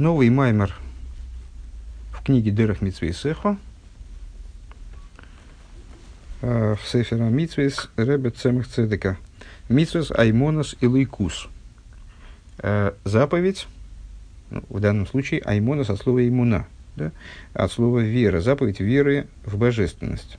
Новый маймер в книге Дерах Мицвей Сехо, в Сефера Мицвейс Ребе Цемах Цедека. Мицвейс Аймонос и Лейкус. Заповедь, в данном случае Аймонос от слова имуна, да? От слова вера. Заповедь веры в божественность.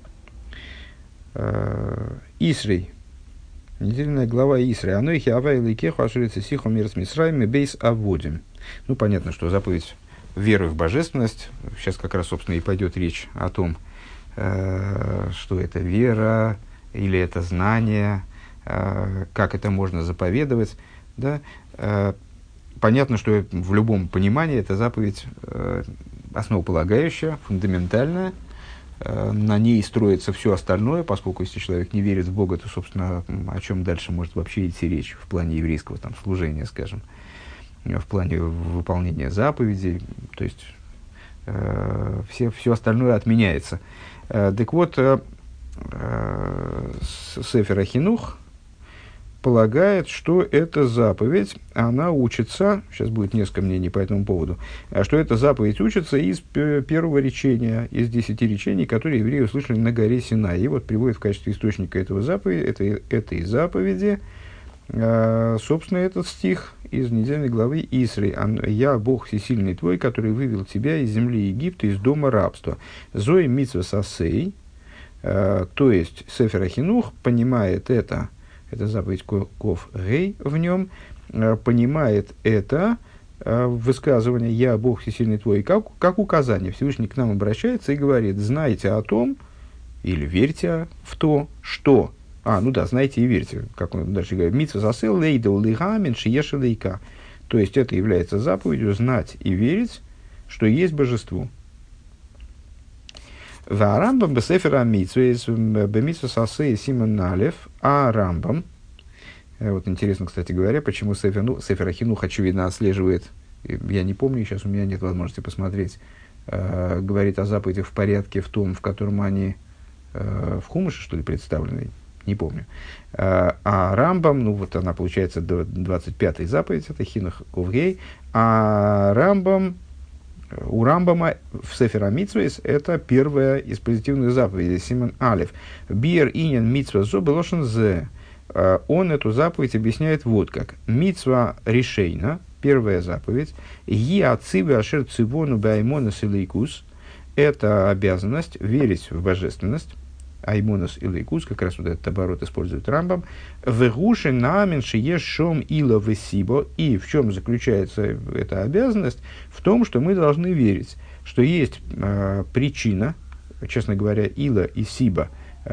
Исрей. Недельная глава Исрей. Оно их явай лейкеху ашерица сиху мир с мисраими бейс аводим. Ну, понятно, что заповедь веры в божественность. Сейчас как раз, собственно, и пойдет речь о том, что это вера или это знание, как это можно заповедовать. Да? Понятно, что в любом понимании эта заповедь основополагающая, фундаментальная. На ней строится все остальное, поскольку если человек не верит в Бога, то, собственно, о чем дальше может вообще идти речь в плане еврейского там, служения, скажем, в плане выполнения заповедей, то есть все остальное отменяется. Так вот, Сефер Ахинух полагает, что эта заповедь, она учится, сейчас будет несколько мнений по этому поводу, что эта заповедь учится из первого речения, из 10 речений, которые евреи услышали на горе Синай. И вот приводит в качестве источника этой заповеди, собственно, этот стих из недельной главы Исрей. «Я, Бог всесильный твой, который вывел тебя из земли Египта, из дома рабства. Зои митцва сасей». То есть, Сефер Ахинух понимает это заповедь Ков Гей в нем, понимает это высказывание «Я, Бог всесильный твой», как указание. Всевышний к нам обращается и говорит: знайте о том, или верьте в то, что... знайте и верьте, как он дальше говорит. «Митцва засел лейда улигамен шиеша лейка». То есть, это является заповедью знать и верить, что есть божество. А Рамбам бесефера митцвейс бемитцва сасей симон алеф. А Рамбам, вот интересно, кстати говоря, почему Сефер Ахинух очевидно отслеживает, я не помню, сейчас у меня нет возможности посмотреть, говорит о заповедях в порядке в том, в котором они в Хумаше, что ли, представлены, не помню. А Рамбам, вот она получается 25-й заповедь, это Хинух Ковгей, а Рамбам, у Рамбама в Сефер Мицвейс это первая из позитивных заповедей, Симон Алеф. Биер инин мицва зо белошен зе. Он эту заповедь объясняет вот как. Мицва решейна, первая заповедь. Ги ациве ашер цивону баймонос и лейкус. Это обязанность верить в божественность. Аймонос и лейкус, как раз вот этот оборот использует Рамбам. Вегуши намен шиеш шом ила весибо. И в чем заключается эта обязанность? В том, что мы должны верить, что есть причина, честно говоря, ила и сиба.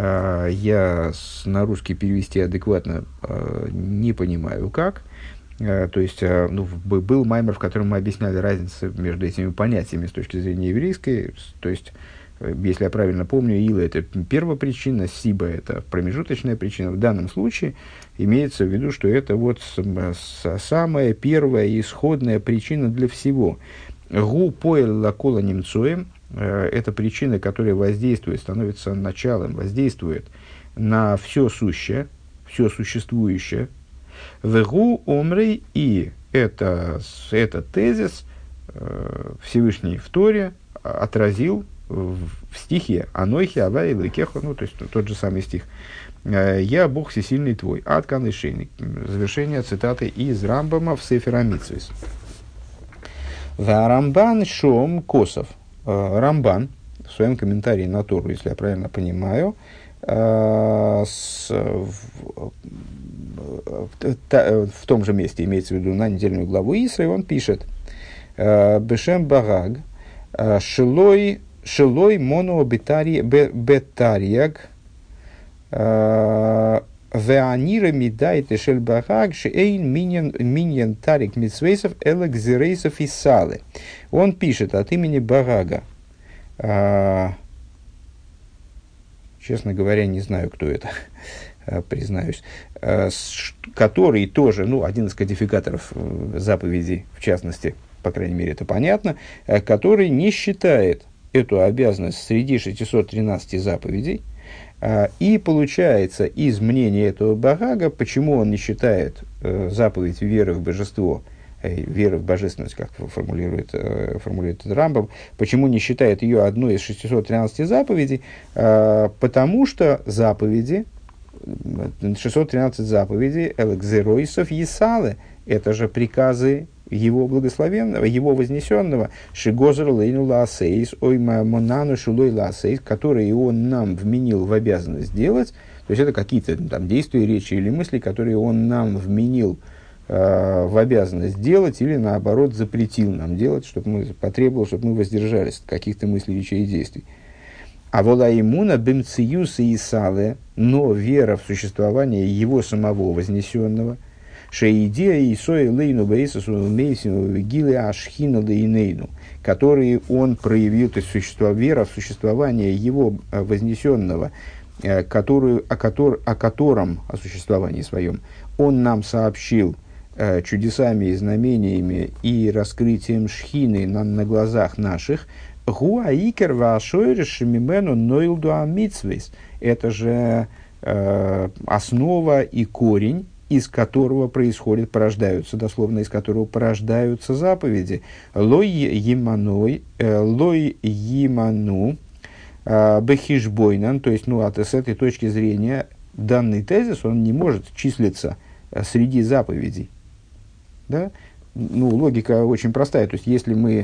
Я на русский перевести адекватно не понимаю как. То есть, был маймер, в котором мы объясняли разницу между этими понятиями с точки зрения еврейской. То есть, если я правильно помню, ила – это первопричина, сиба – это промежуточная причина. В данном случае имеется в виду, что это вот самая первая исходная причина для всего. Гу поэл лакола немцоем – это причина, которая воздействует, становится началом, воздействует на все сущее, все существующее. Вегу омрей, и этот тезис Всевышний в Торе отразил в стихе «Анойхи авай лейкеху», то есть тот же самый стих. «Я Бог всесильный твой». Аткан и шейник. Завершение цитаты из Рамбама в Сефер Мицвейс. «Варамбан шом косов». Рамбан в своем комментарии на Тору, если я правильно понимаю, в том же месте, имеется в виду на недельную главу Исрей, он пишет: «Бешем багаг шилой моно бетарьяг веанира мидайте шель багаг шейн миньян тарик митсвейсов элекзирейсов и салы». Он пишет от имени Багага. Честно говоря, не знаю, кто это, признаюсь. Который тоже, один из кодификаторов заповедей, в частности, по крайней мере, это понятно, который не считает эту обязанность среди 613 заповедей. И получается из мнения этого Багага, почему он не считает заповедь веры в божество веры в божественность, как формулирует этот Рамбам, почему не считает ее одной из 613 заповедей? Потому что заповеди, 613 заповедей, элэкзеройсов есалы, это же приказы его благословенного, его вознесенного, шигозер лейну лаасейс, ойма монану шулой лаасейс, которые он нам вменил в обязанность делать. То есть это какие-то там действия, речи или мысли, которые он нам вменил в обязанность делать или наоборот запретил нам делать, чтобы мы потребовал, чтобы мы воздержались от каких-то мыслей, речей и действий. А волаимуна бемциюса и сале, но вера в существование его самого вознесенного, шеидея и соя лейну бейсасу мейсину вигиле ашхина лейнейну, которые он проявил, то есть вера в существование его вознесенного, о существовании своем, он нам сообщил чудесами и знамениями и раскрытием шхины на глазах наших. Гуаикер вашойреш мимену нойлду амитсвейс. Это же основа и корень, из которого порождаются, дословно, из которого порождаются заповеди. Лой еману бехишбойнан, то есть, с этой точки зрения, данный тезис, он не может числиться среди заповедей. Да? Логика очень простая. То есть, если мы...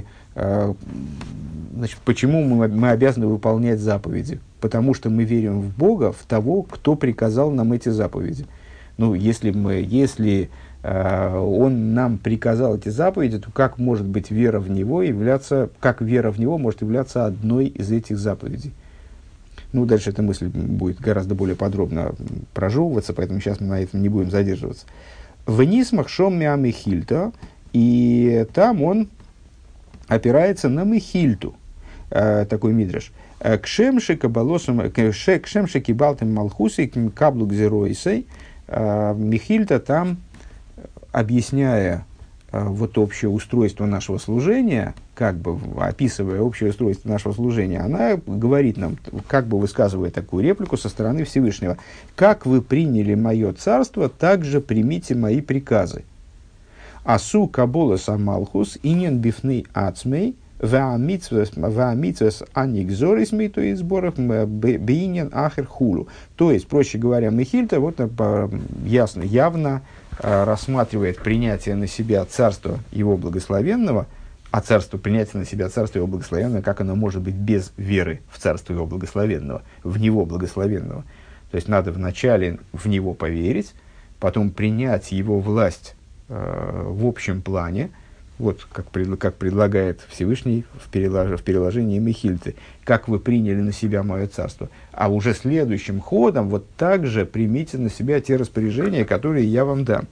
почему мы обязаны выполнять заповеди? Потому что мы верим в Бога, в того, кто приказал нам эти заповеди. Если он нам приказал эти заповеди, то как может быть вера в него как вера в него может являться одной из этих заповедей? Дальше эта мысль будет гораздо более подробно прожевываться, поэтому сейчас мы на этом не будем задерживаться. В Нисмах шом миамихильта, и там он опирается на михильту, такой мидраш. Кшемши кибалтем малхуси каблук зеройсей. Михильта там, объясняя общее устройство нашего служения, описывая общее устройство нашего служения, она говорит нам, высказывая такую реплику со стороны Всевышнего: «Как вы приняли мое царство, так же примите мои приказы. Асу кабола самалхус инен бифны ацмей ваамитвес аникзорисмей, то есть сборах бейнен ахер хулу». То есть, проще говоря, Михильта явно рассматривает принятие на себя царства его благословенного, а принятие на себя царства его благословенного, как оно может быть без веры в царство его благословенного, в него благословенного. То есть, надо вначале в него поверить, потом принять его власть в общем плане, как предлагает Всевышний в переложении Михильты: «Как вы приняли на себя мое царство». А уже следующим ходом также примите на себя те распоряжения, которые я вам дам.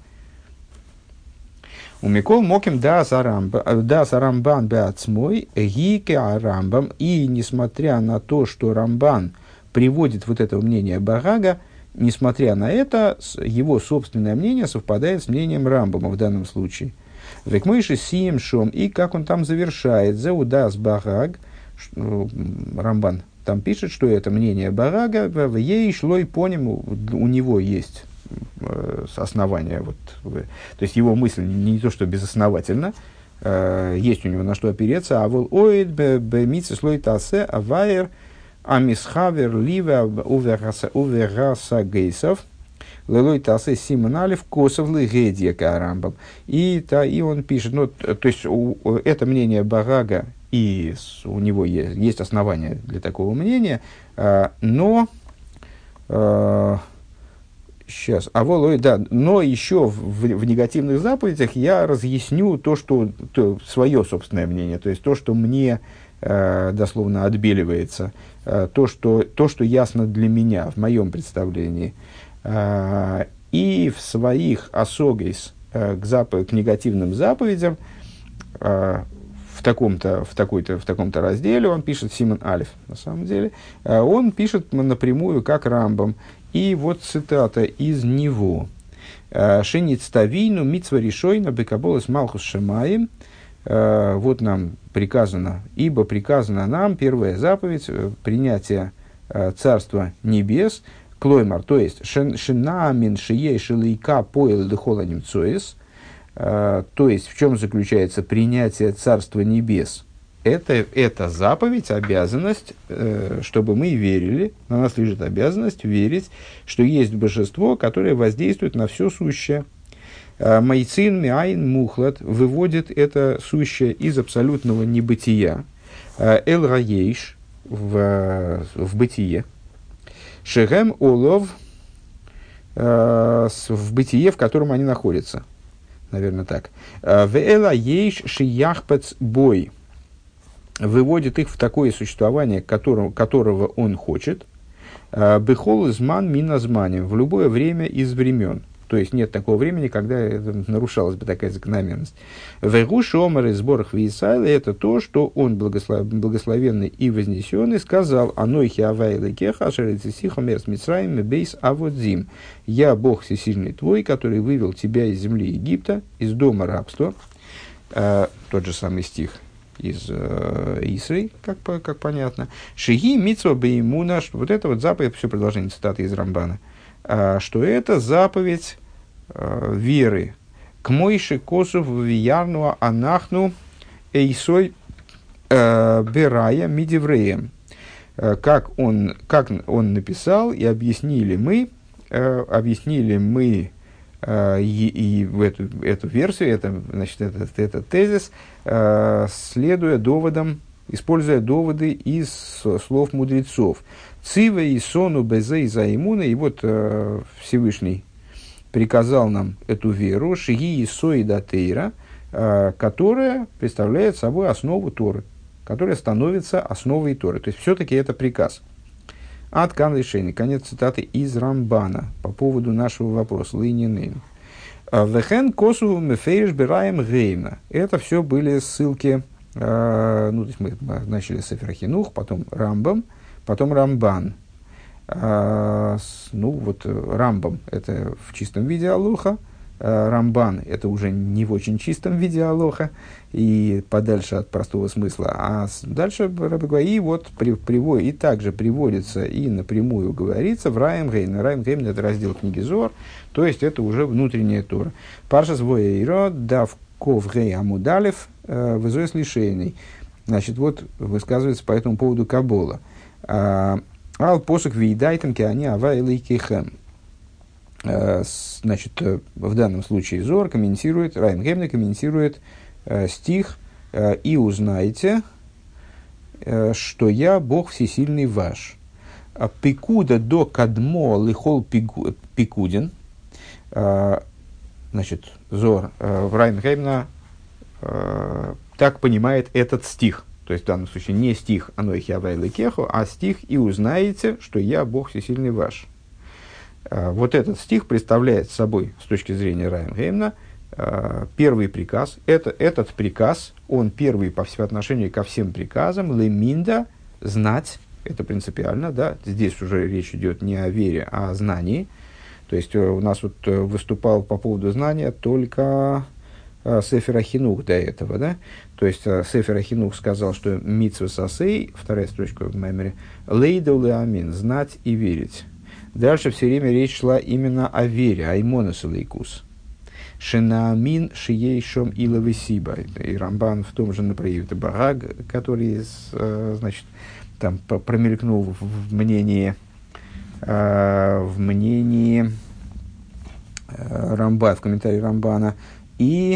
У Микол моким да сарамбан беацмой гике арамбам. И несмотря на то, что Рамбан приводит это мнение Барага, несмотря на это, его собственное мнение совпадает с мнением Рамбама в данном случае. Векмойши сием шом, и как он там завершает, зеудас Бараг, Рамбан там пишет, что это мнение Барага, в ей шло и по нему, у него есть основания, то есть его мысль не то что безосновательна, есть у него на что опереться, а вол оид бемитсе слой тасе авайер амисхавер ливе увераса гейсов лелой тасе симоналев косов легедия карамбам. И он пишет, то есть это мнение Барага, и у него есть основания для такого мнения, но но еще в негативных заповедях я разъясню свое собственное мнение, то есть то, что мне дословно отбеливается, то, что ясно для меня, в моем представлении. И в своих осогейс к негативным заповедям в таком-то разделе он пишет, Симон Алеф, на самом деле, он пишет напрямую, как Рамбам. И цитата из него. «Шеництавину митцва решойна бекаболас малхус шамаим». Нам приказано, ибо приказано нам, первая заповедь, принятие Царства Небес, клоймар, то есть «шенаамин шией шелейка поэл дехола немцоис», То есть, в чем заключается принятие Царства Небес? Это заповедь, обязанность, чтобы мы верили, на нас лежит обязанность верить, что есть божество, которое воздействует на все сущее. Майцин миайн мухлад выводит это сущее из абсолютного небытия. Эл раейш в бытие. Шехем олов в бытие, в котором они находятся. Наверное, так. Вэла ейш шияхпац бой выводит их в такое существование, которого он хочет. Бехол изман миназманем в любое время из времен. То есть нет такого времени, когда нарушалась бы такая закономерность. Вегуш омар из сборах виисайла — это то, что он, благословенный и вознесенный, сказал: «Анойхи авайлы кеха шарицисиха мерс мицраим бейс аводзим». «Я Бог всесильный твой, который вывел тебя из земли Египта, из дома рабства». Тот же самый стих из Исры, как понятно. «Шиги митцва беймуна». Вот это вот заповедь, все продолжение цитаты из Рамбана. Что это заповедь веры. К Мойше Косов виярнуа анахну эйсой берая мидивреем. Как он написал, и объяснили мы и в эту версию, этот тезис, следуя доводам, используя доводы из слов мудрецов. Цива и сону безе и заимуна, и вот Всевышний приказал нам эту веру, шиги и соида тейра, которая представляет собой основу Торы, которая становится основой Торы. То есть, все-таки это приказ. Ад кан решение. Конец цитаты из Рамбана по поводу нашего вопроса. Лейнинейн. Вехен косу мефейш бираем гейна. Это все были ссылки. То есть мы начали с Сефер Хинух, потом Рамбам, потом Рамбан. Рамбам – это в чистом виде алоха, Рамбан – это уже не в очень чистом виде алоха и подальше от простого смысла. А дальше и вот и также приводится и напрямую говорится в Раим Гейн. Раим Гейн – это раздел книги Зоар, то есть это уже внутренняя Тора. Паршас воэйро дав ков гей амудалев вызоес лишейный. Значит, вот высказывается по этому поводу Кабола. Ал посох виедайтем киани ава элейкихем. Значит, в данном случае Зоар комментирует, Раим Геймна комментирует стих «И узнаете, что я Бог всесильный ваш». Пикуда до кадмо лихол пикудин. Значит, Зоар в Раим Геймна так понимает этот стих. То есть, в данном случае, не стих «Анойхи авайлы кеху», а стих «И узнаете, что я Бог всесильный ваш». Вот этот стих представляет собой, с точки зрения Раим Геймна, первый приказ. Этот приказ, он первый по отношению ко всем приказам, леминда, знать, это принципиально, да, здесь уже речь идет не о вере, а о знании. То есть, у нас вот выступал по поводу знания только Сефер Хинух до этого, да? То есть, Сефер Хинух сказал, что митцва сасей, вторая строчка в меморе, лейдау леамин, знать и верить. Дальше все время речь шла именно о вере, аймонос лейкус. Шенаамин шиейшом иловесиба. И Рамбан в том же направлении, это Бараг, который, значит, там промелькнул в мнении Рамбана, в комментарии Рамбана. И,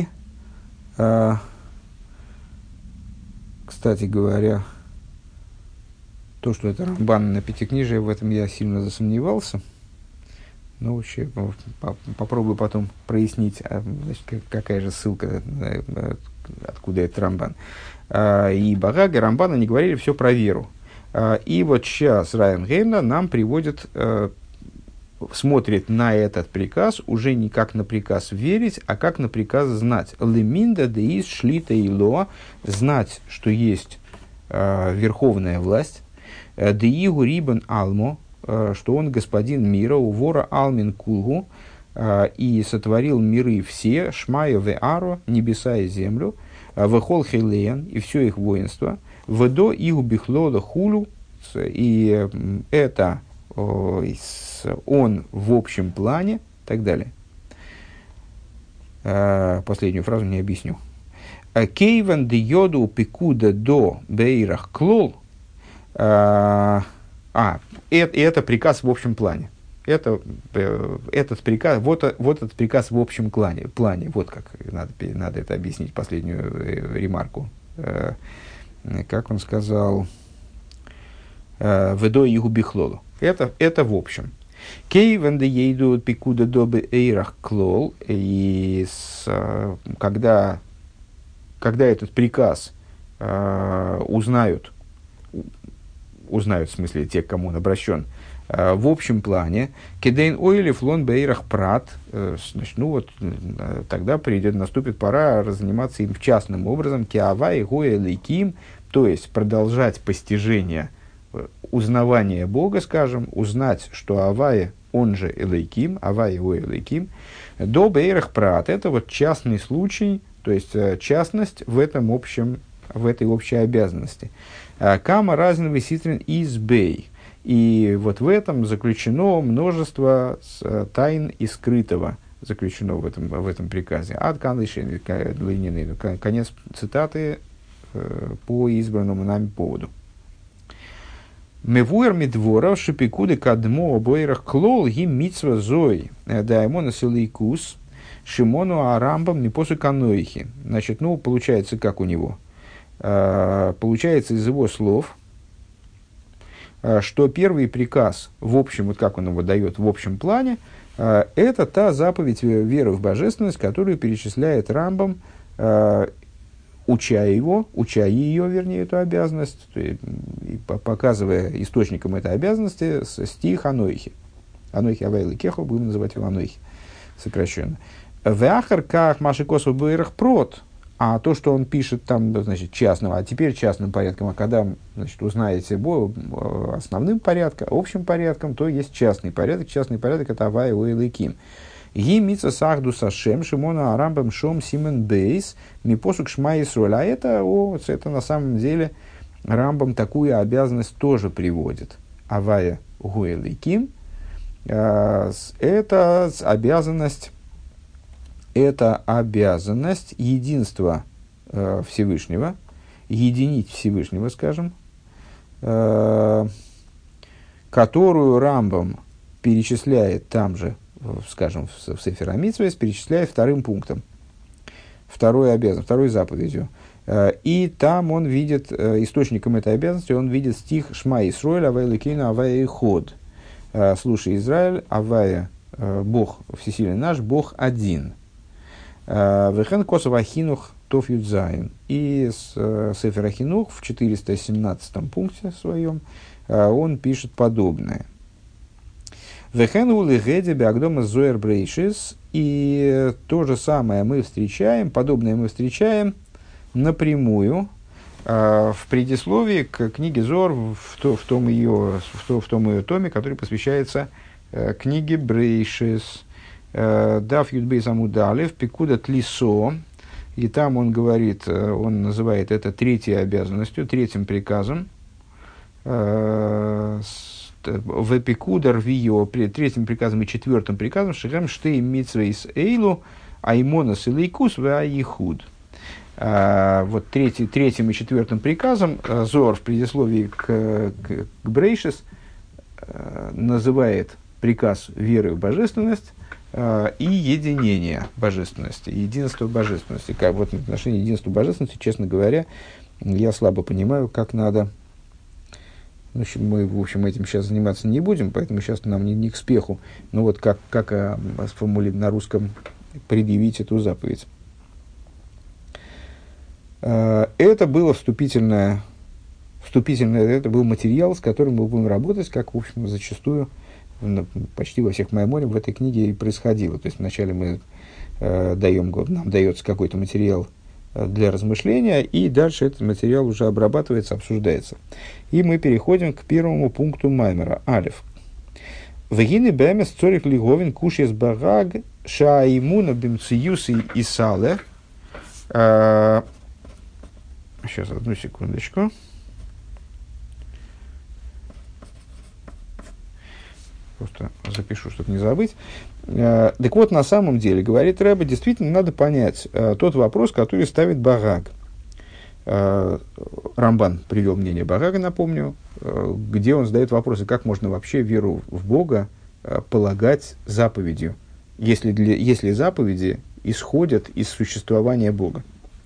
кстати говоря, то, что это Рамбан на Пятикнижие, в этом я сильно засомневался. Но вообще попробую потом прояснить, значит, какая же ссылка, откуда это Рамбан. И Бараг, и Рамбан, они говорили все про веру. И вот сейчас Раим Геймна нам приводит, смотрит на этот приказ уже не как на приказ верить, а как на приказ знать. Леминда деис шлита илоа, знать, что есть верховная власть. Деигу рибан алмо, что он господин мира, у вора алмин кулгу, и сотворил миры все, шмаю ве аро, небеса и землю, вехол хейлеян, и все их воинство, вдо игу бихлода хулю, и это он в общем плане, и так далее. Последнюю фразу не объясню. Кейван де йоду пикуда до бейрах клол. Это приказ в общем плане. Этот приказ, вот этот приказ в общем плане. Вот как надо это объяснить, последнюю ремарку. Как он сказал, «Ведо игу бихлолу». Это в общем. Кей венде ейду пикуда добы эйрах клол. И когда этот приказ узнают, в смысле, те, к кому он обращен, в общем плане, кедейн ойли флон бейрах прат, значит, тогда наступит пора заниматься им частным образом, киавай гоя лейким, то есть продолжать постижение, узнавание Бога, скажем, узнать, что Авая, он же Элейким, Авая его Элейким, до бейрах прат, это вот частный случай, то есть частность в этой общей обязанности. Кама разновый ситрин из бей. И вот в этом заключено множество тайн и скрытого, заключено в этом приказе. Ад канлишен, конец цитаты по избранному нами поводу. Мевуэр мидворов шипикуды кадмо обоирах клол гим митсва зой даймона селейкус шимону арамбам мипосу каноихи. Значит, получается, как у него? Получается из его слов, что первый приказ, в общем, вот как он его дает в общем плане, это та заповедь веры в божественность, которую перечисляет Рамбам, уча ее, эту обязанность, и показывая источником этой обязанности стих Анойхи. Анойхи Авайлы Кехо, будем называть его Анойхи, сокращенно. Веахар как Машикосу Бейрах Прот, а то, что он пишет там, значит, частным, а теперь частным порядком, а когда, значит, узнаете основным порядком, общим порядком, то есть частный порядок. Частный порядок — это Авай Уэлэ Ким. Гимица сахду сашем шимона арамбам шом симен бейс мипосук шма исроль. А это на самом деле Рамбам такую обязанность тоже приводит. Авая Уэлэ Ким. Это обязанность единства Всевышнего, единить Всевышнего, скажем, которую Рамбам перечисляет там же, скажем, в Сефер ха-Мицвос, перечисляет вторым пунктом, второй заповедью. И там он видит, источником этой обязанности, он видит стих «Шма Исроэль, Авай Лекейну, Авай Эход». «Слушай, Израиль, Авая, Бог всесильный наш, Бог один». «Вехен косов ахинух тов юдзайн». И Сефер ха-Хинух в 417 пункте своем он пишет подобное. «Вехен ули геди беагдома зоэр брейшис». И то же самое подобное мы встречаем напрямую в предисловии к книге Зоар, в том ее томе, который посвящается книге Брейшис. Дав Юдбейс Амудалев, Пикуда Тлисо. И там он говорит, он называет это третьей обязанностью, третьим приказом. В Пикуда Рвио, третьим приказом и четвертым приказом, Шехем Штей Митсвейс Эйлу, Аймонас и Лейкус Ваихуд. Вот третьим и четвертым приказом Зоар в предисловии к Брейшис называет приказ веры в божественность и единение божественности, единство божественности. Вот в отношении единства божественности, честно говоря, я слабо понимаю, как надо. Мы, в общем, этим сейчас заниматься не будем, поэтому сейчас нам не к спеху. Но вот как сформулировать на русском, предъявить эту заповедь. Это было вступительное, это был материал, с которым мы будем работать, как, в общем, зачастую почти во всех майморе в этой книге и происходило. То есть вначале нам дается какой-то материал для размышления, и дальше этот материал уже обрабатывается, обсуждается. И мы переходим к первому пункту маймера. Алеф. Вегины бэмес цорих лиговин кушьес багаг шаимуна бимциюс и сале. Сейчас, одну секундочку. просто запишу, чтобы не забыть. Так вот, на самом деле, говорит Рэбе, действительно надо понять тот вопрос, который ставит Багаг. Рамбан привел мнение Багага, напомню, где он задает вопросы, как можно вообще веру в Бога полагать заповедью, если заповеди исходят из существования Бога,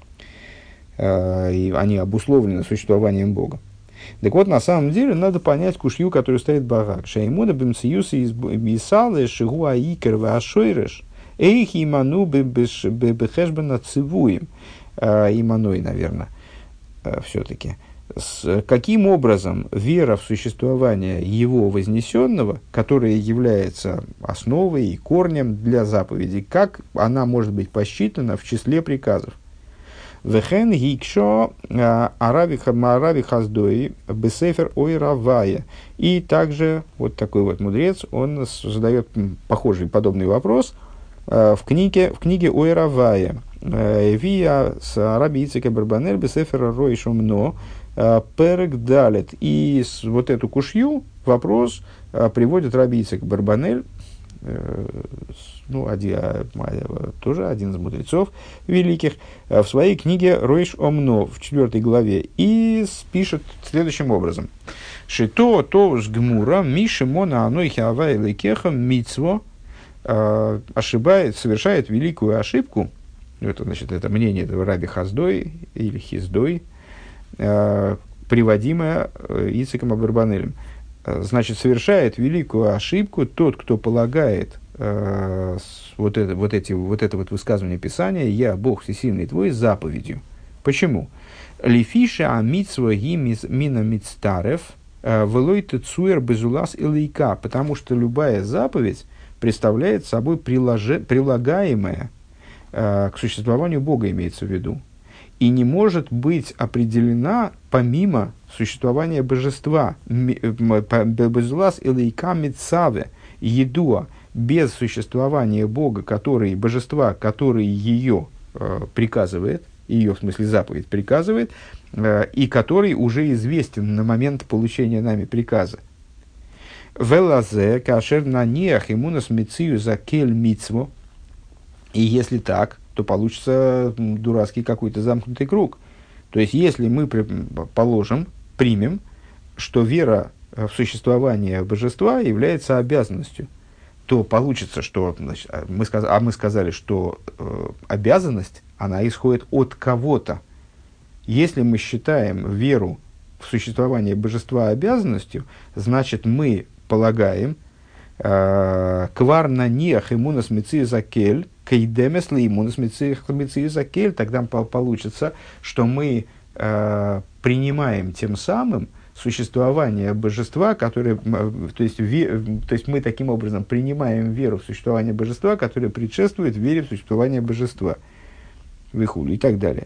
и они обусловлены существованием Бога. Так вот, на самом деле, надо понять кушью, который стоит Багак. Шаимуда бимсиюса из шигу аикер ваашойреш эйхи иману бэхэшбана цивуем. Иманой, наверное, все-таки. Каким образом вера в существование его вознесенного, которая является основой и корнем для заповедей, как она может быть посчитана в числе приказов? Вехен гикшо арави хаздои бесефер ойравая. И также вот такой вот мудрец, он задает похожий, подобный вопрос в книге ойравая. Вия с араби Ицека Барбанель бесефер ройшумно перек далет. И вот эту кушью вопрос приводит раби Ицек Барбанель, тоже один из мудрецов великих, в своей книге «Ройш Омно» в 4 главе, и пишет следующим образом. «Шито тоус гмура мишимона анойхи авай лекеха митцво» совершает великую ошибку, это мнение этого раби Хаздой или Хиздой, приводимое Ицеком Абарбанелем. Значит, совершает великую ошибку тот, кто полагает вот это высказывание Писания «Я, Бог всесильный твой» заповедью. Почему? «Лифиша амитсва ги мина мицтарев велой тецуэр безулас илайка», потому что любая заповедь представляет собой прилагаемое к существованию Бога, имеется в виду, и не может быть определена помимо существования божества. Безулас илайка мицаве едуа, без существования Бога, божества, который ее приказывает, ее, в смысле, заповедь приказывает, и который уже известен на момент получения нами приказа. Велазе кашер на неах имунас мицию за кель мицво. И если так, то получится дурацкий какой-то замкнутый круг. То есть, если мы примем, что вера в существование божества является обязанностью, то получится, что мы сказали, что обязанность, она исходит от кого-то. Если мы считаем веру в существование божества обязанностью, значит, мы полагаем квар на нех имунас мицию закель, кейдемес ли имунас мицию закель, тогда получится, что мы принимаем тем самым существование божества, которое, то есть мы таким образом принимаем веру в существование божества, которое предшествует вере в существование божества, вихули и так далее.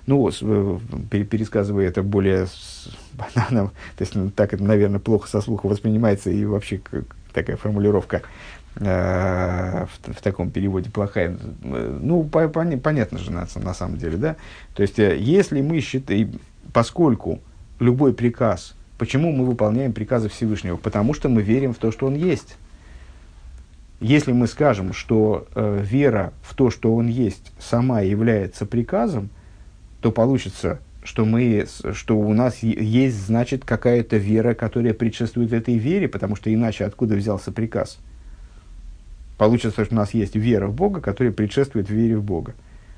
Пересказывая это более банально, то есть так это, наверное, плохо со слуха воспринимается, и вообще такая формулировка в таком переводе плохая. Понятно же на самом деле, да? То есть, если мы считаем, поскольку любой приказ, почему мы выполняем приказы Всевышнего? Потому что мы верим в то, что Он есть. Если мы скажем, что вера в то, что Он есть, сама является приказом, то получится, что у нас есть, значит, какая-то вера, которая предшествует этой вере, потому что иначе откуда взялся приказ? Получится, что у нас есть вера в Бога, которая предшествует вере в Бога.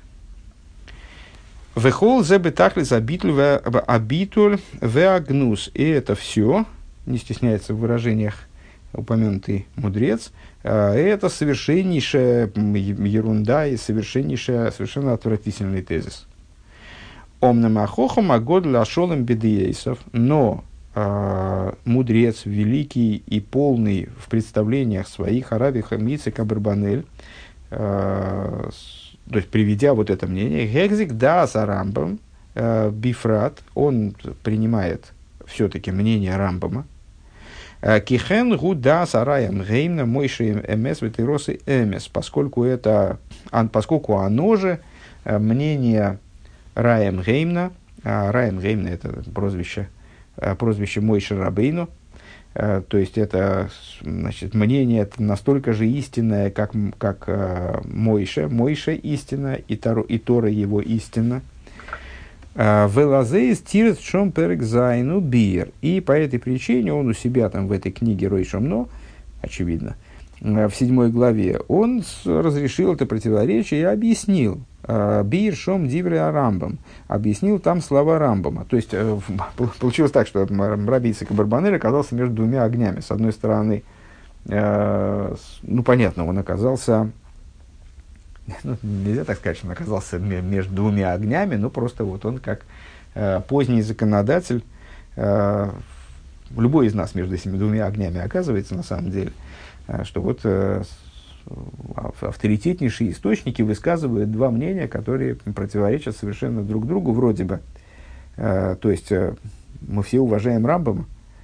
Вехол зебе тахлис абитуль веагнус. И это все, не стесняется в выражениях упомянутый мудрец, это совершеннейшая ерунда и совершенно отвратительный тезис. Омнамахохам агод лашолем бедиейсов, но мудрец великий и полный в представлениях своих араби Ицек Абарбанель, то есть приведя вот это мнение, гекзик да за Рамбам бифрат, он принимает все-таки мнение Рамбама, кихен гуда сараем геймна мойши эмес ветиросы эмес, поскольку оно же мнение Раем Геймна, Раем Геймна это прозвище Мойши Рабейну, То есть это, значит, мнение настолько же истинное, как Мойше. Мойше истина, и Тора его истина. Велазеис тирет шом перек зайну бир. И по этой причине он у себя там в этой книге Рой Шомно, очевидно, в 7 главе, он разрешил это противоречие и объяснил. Бир шом дивре Рамбам. Объяснил там слова Рамбама. То есть, получилось так, что Раби Ицхак Барбанель оказался между двумя огнями. С одной стороны, понятно, он оказался... нельзя так сказать, что он оказался между двумя огнями, но просто вот он как поздний законодатель, любой из нас между этими двумя огнями оказывается на самом деле, что вот авторитетнейшие источники высказывают два мнения, которые противоречат совершенно друг другу вроде бы. То есть мы все уважаем Рамбама,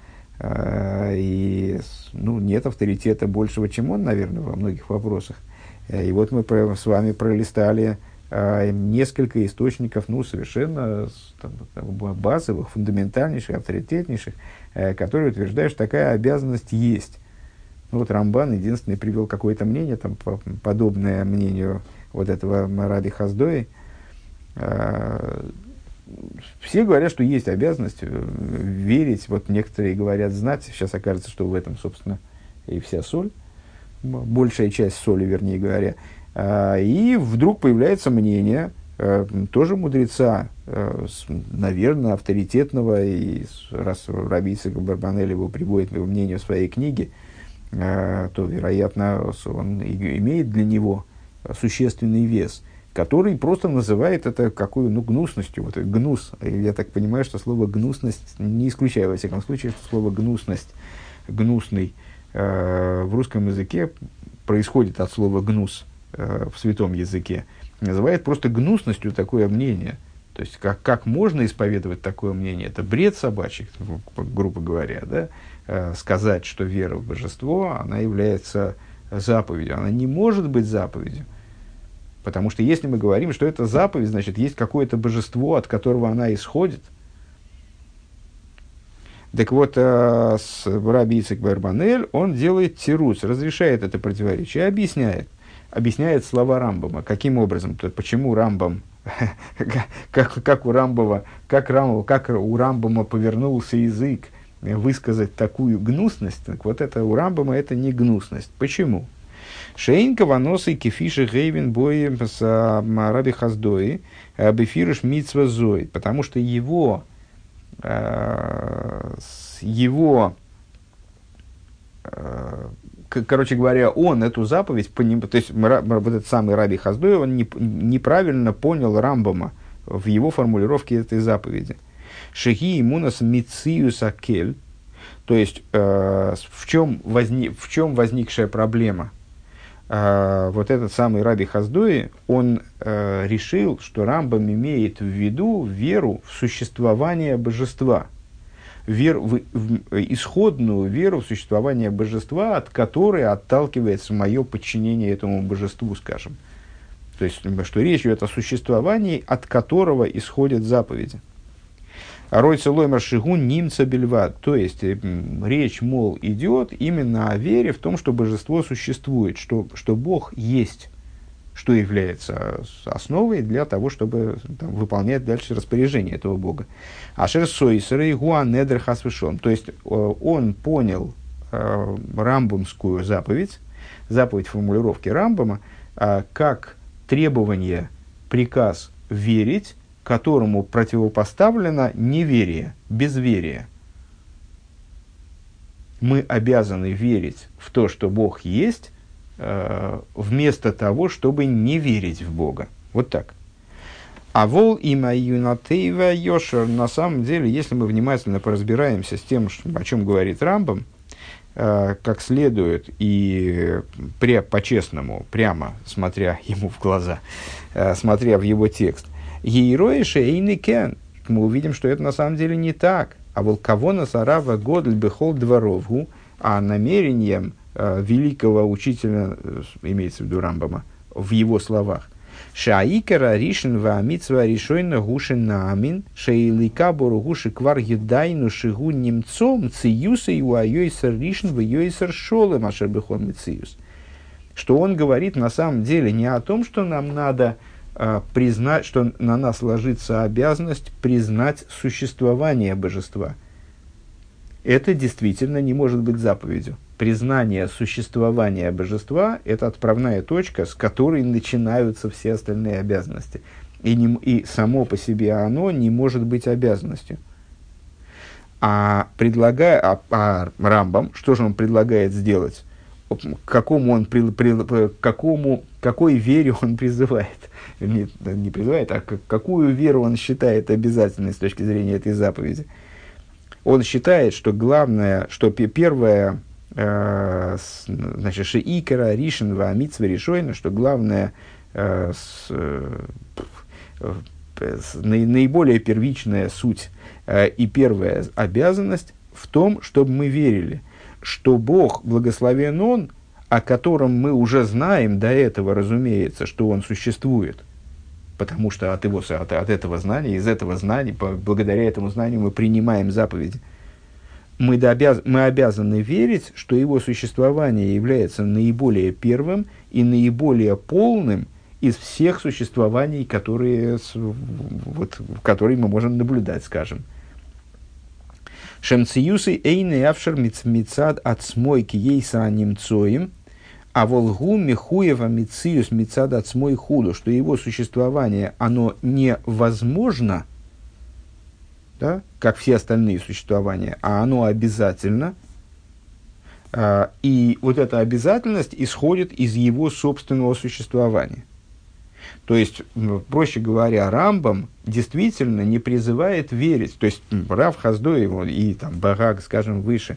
и нет авторитета большего, чем он, наверное, во многих вопросах. И вот мы с вами пролистали несколько источников, совершенно базовых, фундаментальнейших, авторитетнейших, которые утверждают, что такая обязанность есть. Вот Рамбан единственный привел какое-то мнение, подобное мнению вот этого Раби Хаздои. Все говорят, что есть обязанность верить, вот некоторые говорят знать, сейчас окажется, что в этом, собственно, и вся соль. Большая часть соли, вернее говоря, и вдруг появляется мнение тоже мудреца, наверное, авторитетного, и раз Раби Ицхак Барбанель его приводит его мнение в своей книге, то, вероятно, он имеет для него существенный вес, который просто называет это какую гнусностью. Вот гнус, я так понимаю, что слово гнусность, не исключаю во всяком случае, что слово гнусность, гнусный, в русском языке происходит от слова «гнус» в святом языке, называет просто гнусностью такое мнение. То есть, как можно исповедовать такое мнение? Это бред собачий, грубо говоря, да? Сказать, что вера в божество, она является заповедью. Она не может быть заповедью. Потому что если мы говорим, что это заповедь, значит, есть какое-то божество, от которого она исходит. Так вот, Раби Ицхак Барбанель, он делает тируц, разрешает это противоречие, объясняет слова Рамбама. Каким образом? Почему Рамбам, как у Рамбама повернулся язык высказать такую гнусность, так вот это у Рамбама это не гнусность. Почему? Шейнка ваносы кефиши гейвен бои с Раби Хаздои бефирыш митцва зой, потому что его короче говоря, он эту заповедь, то есть вот этот самый Раби Хаздой, он неправильно понял Рамбама в его формулировке этой заповеди. Шехи имунас мициюс акель, то есть в чем возникшая проблема? Вот этот самый Раби Хаздой, он решил, что Рамбам имеет в виду веру в существование божества, исходную веру в существование божества, от которой отталкивается мое подчинение этому божеству, скажем. То есть, что речь идет о существовании, от которого исходят заповеди. Ройца лоймар шигун нимца бельват. То есть, речь, мол, идет именно о вере в том, что божество существует, что Бог есть, что является основой для того, чтобы выполнять дальше распоряжение этого Бога. Ашер сойсера и гуанедер хасвешон. То есть, он понял рамбамскую заповедь формулировки Рамбама, как требование, приказ верить, которому противопоставлено неверие, безверие. Мы обязаны верить в то, что Бог есть, вместо того, чтобы не верить в Бога. Вот так. А вол има юнатейва йошер, на самом деле, если мы внимательно поразбираемся с тем, о чем говорит Рамбам, как следует и по-честному, прямо смотря ему в глаза, смотря в его текст, Ейроише эйникен, мы увидим, что это на самом деле не так. А волкавона сарава годль бехол дворовгу, а намерением великого учителя, имеется в виду Рамбама, в его словах, Шаикера ришен ваамитсва решойна гуши намин, шейлика бору гуши квар едайну шигу немцом циюса и уайойсер ришен вайойсер шолем ашербехон мициюс. Что он говорит на самом деле не о том, что нам надо признать, что на нас ложится обязанность признать существование божества. Это действительно не может быть заповедью. Признание существования божества – это отправная точка, с которой начинаются все остальные обязанности. И само по себе оно не может быть обязанностью. Рамбам, что же он предлагает сделать? Какой вере он призывает? Не призывает, а какую веру он считает обязательной с точки зрения этой заповеди? Он считает, что главное, что первое, значит, шеикера, ришен, ваамитсва, решойна, что главное, наиболее первичная суть и первая обязанность в том, чтобы мы верили, что Бог, благословен Он, о котором мы уже знаем до этого, разумеется, что Он существует, потому что от этого знания, из этого знания, благодаря этому знанию мы принимаем заповеди. Мы обязаны верить, что его существование является наиболее первым и наиболее полным из всех существований, которые мы можем наблюдать, скажем. Шемциюсы эйны авшер мицад от смойки ейса немцоим, а волгу михуева мициюс мицад от смой худу, что его существование, оно невозможно, да, как все остальные существования, а оно обязательно. И вот эта обязательность исходит из его собственного существования. То есть, проще говоря, Рамбам действительно не призывает верить. То есть, Рав Хаздой и там, Барак, скажем, выше,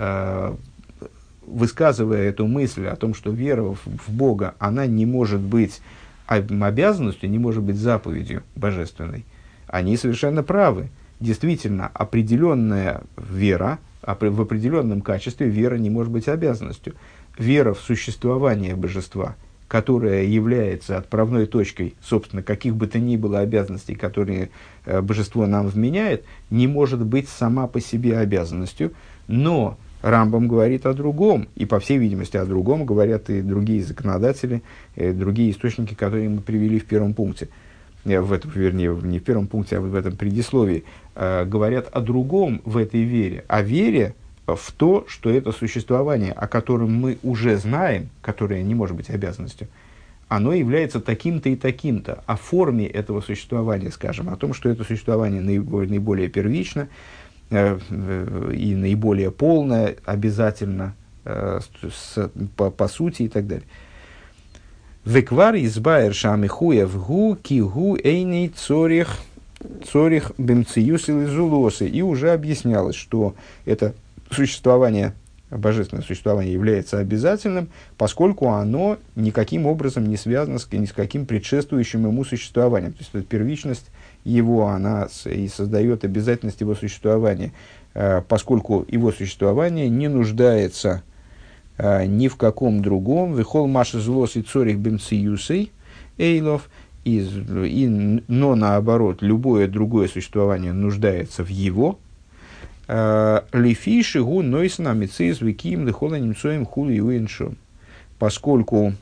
высказывая эту мысль о том, что вера в Бога, она не может быть обязанностью, не может быть заповедью божественной, они совершенно правы. Действительно, определенная вера, в определенном качестве вера не может быть обязанностью. Вера в существование божества, которая является отправной точкой, собственно, каких бы то ни было обязанностей, которые божество нам вменяет, не может быть сама по себе обязанностью, но Рамбам говорит о другом, и, по всей видимости, о другом говорят и другие законодатели, другие источники, которые мы привели в первом пункте. Не в первом пункте, а в этом предисловии, говорят о другом в этой вере, о вере в то, что это существование, о котором мы уже знаем, которое не может быть обязанностью, оно является таким-то и таким-то, о форме этого существования, скажем, о том, что это существование наиболее первично и наиболее полное, обязательно, по сути и так далее. Веквар избаер шамихуев гу кигу эйней цорих бемциюс или зулосы. И уже объяснялось, что это существование, божественное существование является обязательным, поскольку оно никаким образом не связано ни с каким предшествующим ему существованием. То есть, эта первичность его, она и создает обязательность его существования, поскольку его существование не нуждается ни в каком другом. Вехол маши злос и цорих бемциюсей эйлов. Но наоборот, любое другое существование нуждается в его. Лифиши гу нойсна мициз виким лихола немцоем хули уиншо. Поскольку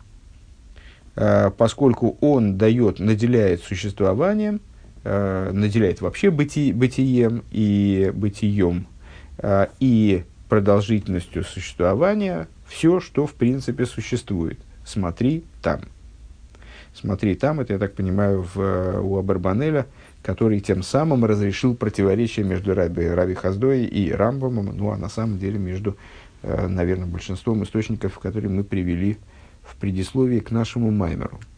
он наделяет существованием, наделяет вообще бытием и бытием, и продолжительностью существования все, что в принципе существует. Смотри там. Смотри там, это, я так понимаю, у Абарбанеля, который тем самым разрешил противоречие между Раби Хаздой и Рамбамом, ну а на самом деле между, наверное, большинством источников, которые мы привели в предисловии к нашему маймеру.